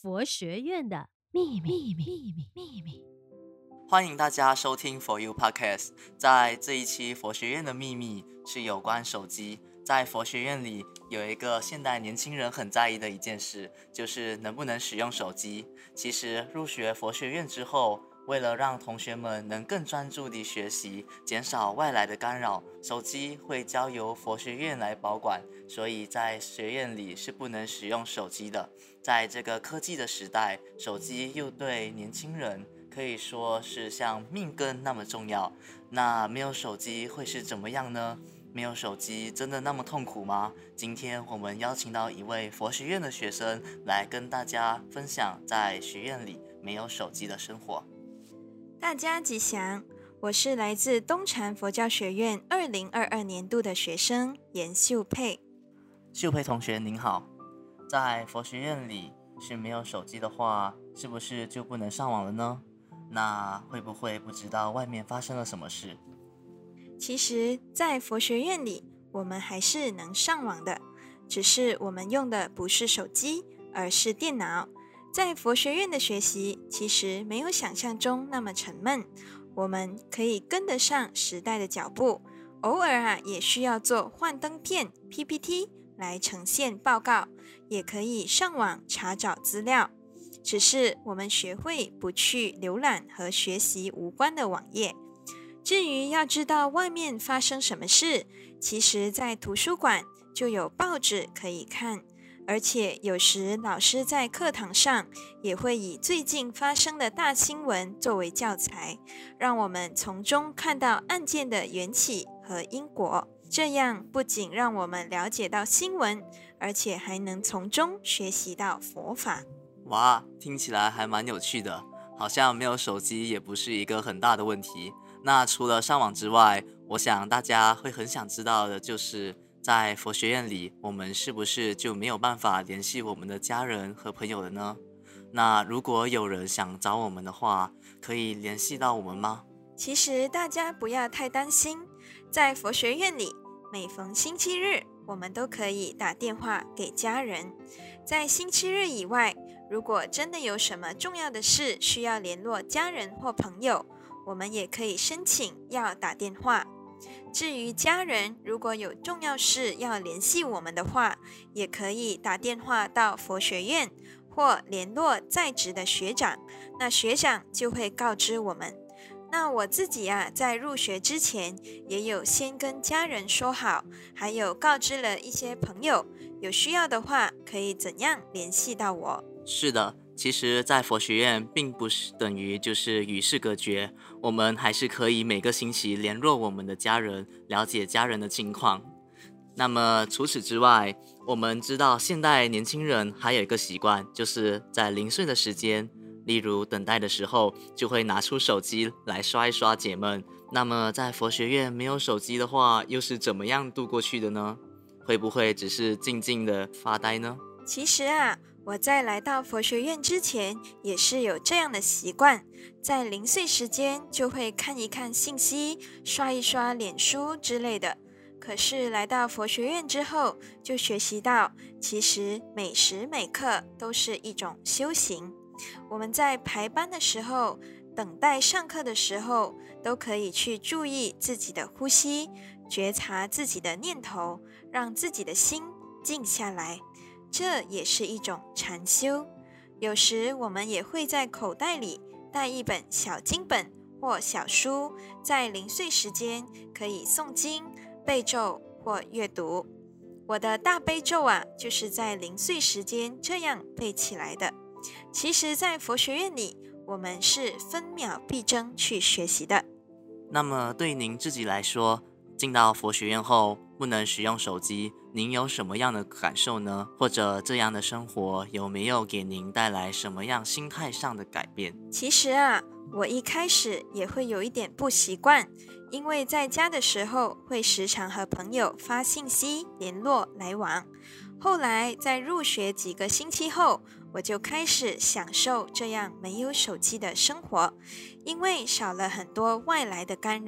佛学院的秘密。 欢迎大家收听 For You Podcast。在这一期佛学院的秘密是有关手机。在佛学院里有一个现代年轻人很在意的一件事，就是能不能使用手机。其实入学佛学院之后，为了让同学们能更专注地学习，减少外来的干扰，手机会交由佛学院来保管，所以在学院里是不能使用手机的。在这个科技的时代，手机又对年轻人可以说是像命根那么重要。那没有手机会是怎么样呢？没有手机真的那么痛苦吗？今天我们邀请到一位佛学院的学生来跟大家分享在学院里没有手机的生活。 大家吉祥，我是来自东禅佛教学院2022年度的学生严秀佩。 秀佩同学您好，在佛学院里是没有手机的话，是不是就不能上网了呢？那会不会不知道外面发生了什么事？ 其实，在佛学院里，我们还是能上网的，只是我们用的不是手机，而是电脑。在佛学院的学习，其实没有想象中那么沉闷，我们可以跟得上时代的脚步，偶尔也需要做幻灯片 PPT 来呈现报告，也可以上网查找资料。只是我们学会不去浏览和学习无关的网页。至于要知道外面发生什么事，其实在图书馆就有报纸可以看，而且有时老师在课堂上也会以最近发生的大新闻作为教材，让我们从中看到案件的缘起和因果。这样不仅让我们了解到新闻，而且还能从中学习到佛法。 哇，听起来还蛮有趣的，好像没有手机也不是一个很大的问题。那除了上网之外，我想大家会很想知道的就是在佛学院里，我们是不是就没有办法联系我们的家人和朋友了呢？那如果有人想找我们的话，可以联系到我们吗？ 其实大家不要太担心，在佛学院里，每逢星期日，我们都可以打电话给家人。在星期日以外，如果真的有什么重要的事需要联络家人或朋友，我们也可以申请要打电话。至于家人，如果有重要事要联系我们的话，也可以打电话到佛学院或联络在职的学长，那学长就会告知我们。那我自己在入学之前也有先跟家人说好，还有告知了一些朋友，有需要的话可以怎样联系到我。 是的，其实在佛学院并不是等于就是与世隔绝，我们还是可以每个星期联络我们的家人，了解家人的近况。那么除此之外，我们知道现代年轻人还有一个习惯，就是在零碎的时间，例如等待的时候，就会拿出手机来刷一刷解闷。那么在佛学院没有手机的话，又是怎么样度过去的呢？会不会只是静静的发呆呢？ 其实我在来到佛学院之前也是有这样的习惯，在零碎时间就会看一看信息，刷一刷脸书之类的。可是来到佛学院之后，就学习到其实每时每刻都是一种修行。我们在排班的时候，等待上课的时候，都可以去注意自己的呼吸，觉察自己的念头，让自己的心静下来。这也是一种禅修。有时我们也会在口袋里带一本小经本或小书，在零碎时间可以诵经、背咒或阅读。我的大悲咒就是在零碎时间这样背起来的。其实在佛学院里，我们是分秒必争去学习的。 那么对您自己来说，进到佛学院后不能使用手机，您有什么样的感受呢？或者这样的生活有没有给您带来什么样心态上的改变？ 其实我一开始也会有一点不习惯，因为在家的时候会时常和朋友发信息联络来往。后来在入学几个星期后，我就开始享受这样没有手机的生活，因为少了很多外来的干扰。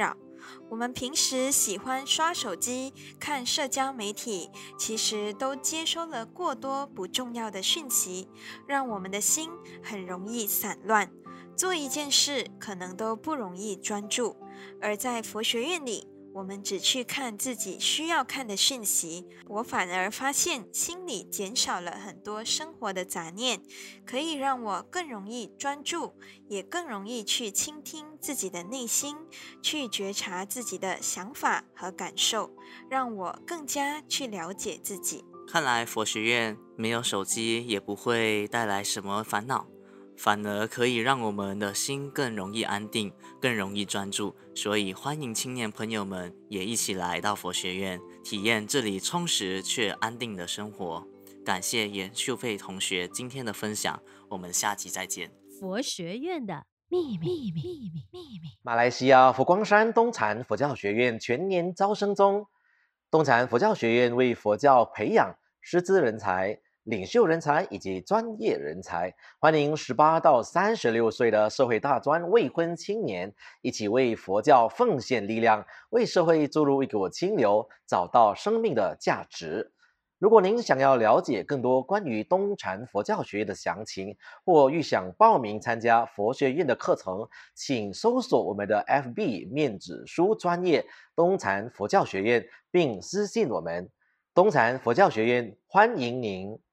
我们平时喜欢刷手机、看社交媒体，其实都接收了过多不重要的讯息，让我们的心很容易散乱，做一件事可能都不容易专注。而在佛学院里，我们只去看自己需要看的讯息，我反而发现心里减少了很多生活的杂念，可以让我更容易专注，也更容易去倾听自己的内心，去觉察自己的想法和感受，让我更加去了解自己。 看来佛学院没有手机也不会带来什么烦恼，反而可以让我们的心更容易安定，更容易专注。所以欢迎青年朋友们也一起来到佛学院，体验这里充实却安定的生活。感谢严秀佩同学今天的分享，我们下集再见。 佛学院的秘密。 马来西亚佛光山东禅佛教学院全年招生中。东禅佛教学院为佛教培养师资人才、领袖人才以及专业人才，欢迎18到36岁的社会大专未婚青年一起为佛教奉献力量，为社会注入一股清流，找到生命的价值。如果您想要了解更多关于东禅佛教学院的详情，或欲想报名参加佛学院的课程，请搜索我们的 FB 面子书专页东禅佛教学院，并私信我们。东禅佛教学院欢迎您。